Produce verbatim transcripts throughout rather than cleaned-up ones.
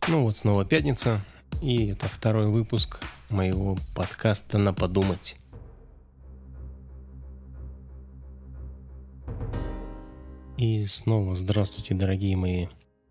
Ну вот снова пятница, и это второй выпуск моего подкаста «На подумать». И снова здравствуйте, дорогие мои.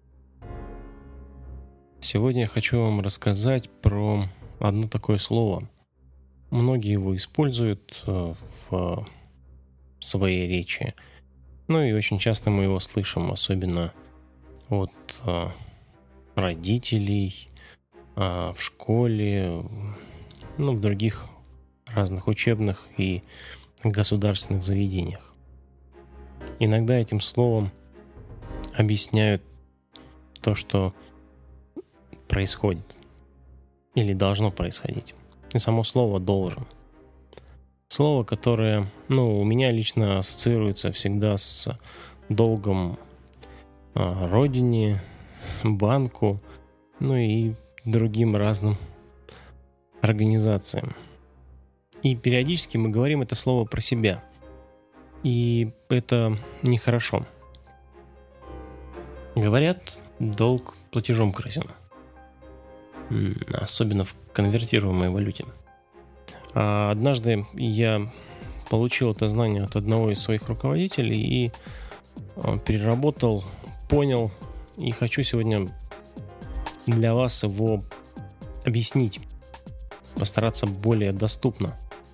Сегодня я хочу вам рассказать про одно такое слово. Многие его используют в своей речи. Ну и очень часто мы его слышим, особенно от родителей, в школе, ну, в других разных учебных и государственных заведениях. Иногда этим словом объясняют то, что происходит или должно происходить. И само слово «должен». Слово, которое, ну, у меня лично ассоциируется всегда с долгом а, родине, банку, ну и другим разным организациям. И периодически мы говорим это слово про себя. И это нехорошо. Говорят, долг платежом красен. Особенно в конвертируемой валюте. А однажды я получил это знание от одного из своих руководителей и переработал, понял, и хочу сегодня для вас его объяснить, постараться более доступно.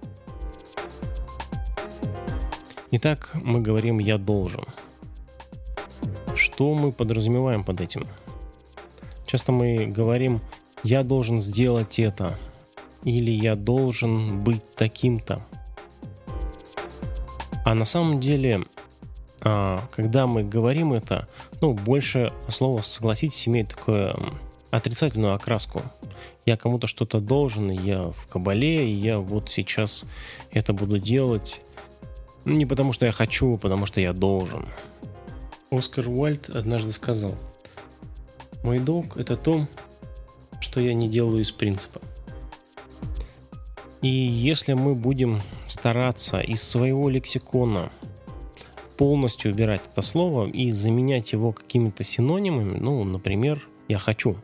Итак, мы говорим «я должен». Что мы подразумеваем под этим? Часто мы говорим «я должен сделать это» или «я должен быть таким-то». А на самом деле, когда мы говорим это, ну, больше слово, согласитесь, имеет такое отрицательную окраску. Я кому-то что-то должен, я в кабале, и я вот сейчас это буду делать не потому, что я хочу, а потому что я должен. Оскар Уайльд однажды сказал: «Мой долг — это то, что я не делаю из принципа». И если мы будем стараться из своего лексикона полностью убирать это слово и заменять его какими-то синонимами, ну, например, «я хочу»,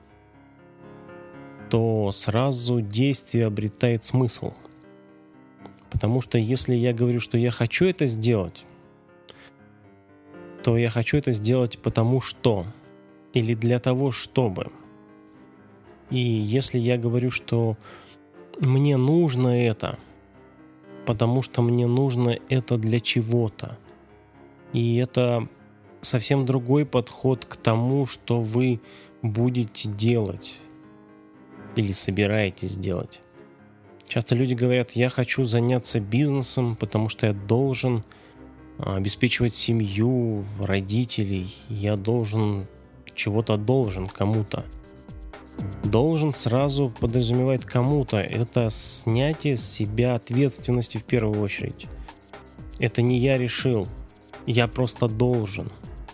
то сразу действие обретает смысл. Потому что если я говорю, что я хочу это сделать, то я хочу это сделать потому что, или для того, чтобы. И если я говорю, что мне нужно это, потому что мне нужно это для чего-то, и это совсем другой подход к тому, что вы будете делать или собираетесь делать. Часто люди говорят: я хочу заняться бизнесом, потому что я должен обеспечивать семью, родителей, я должен чего-то должен кому-то. Должен сразу подразумевает кому-то. Это снятие с себя ответственности в первую очередь. Это не я решил, я просто должен.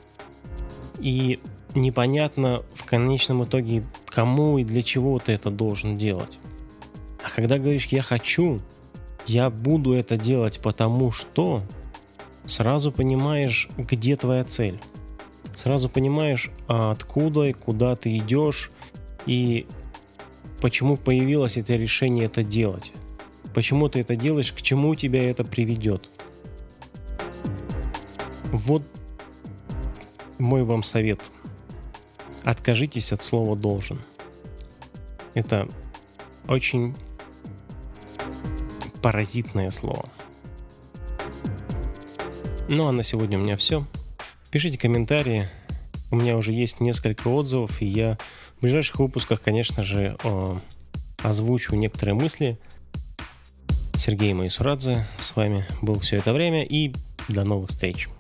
И непонятно в конечном итоге, кому и для чего ты это должен делать. А когда говоришь «я хочу», «я буду это делать потому что», сразу понимаешь, где твоя цель. Сразу понимаешь, откуда и куда ты идешь, и почему появилось это решение это делать. Почему ты это делаешь, к чему тебя это приведет. Вот мой вам совет. Откажитесь от слова «должен». Это очень паразитное слово. Ну а на сегодня у меня все. Пишите комментарии. У меня уже есть несколько отзывов, и я в ближайших выпусках, конечно же, озвучу некоторые мысли. Сергей Моисурадзе с вами был все это время, и до новых встреч.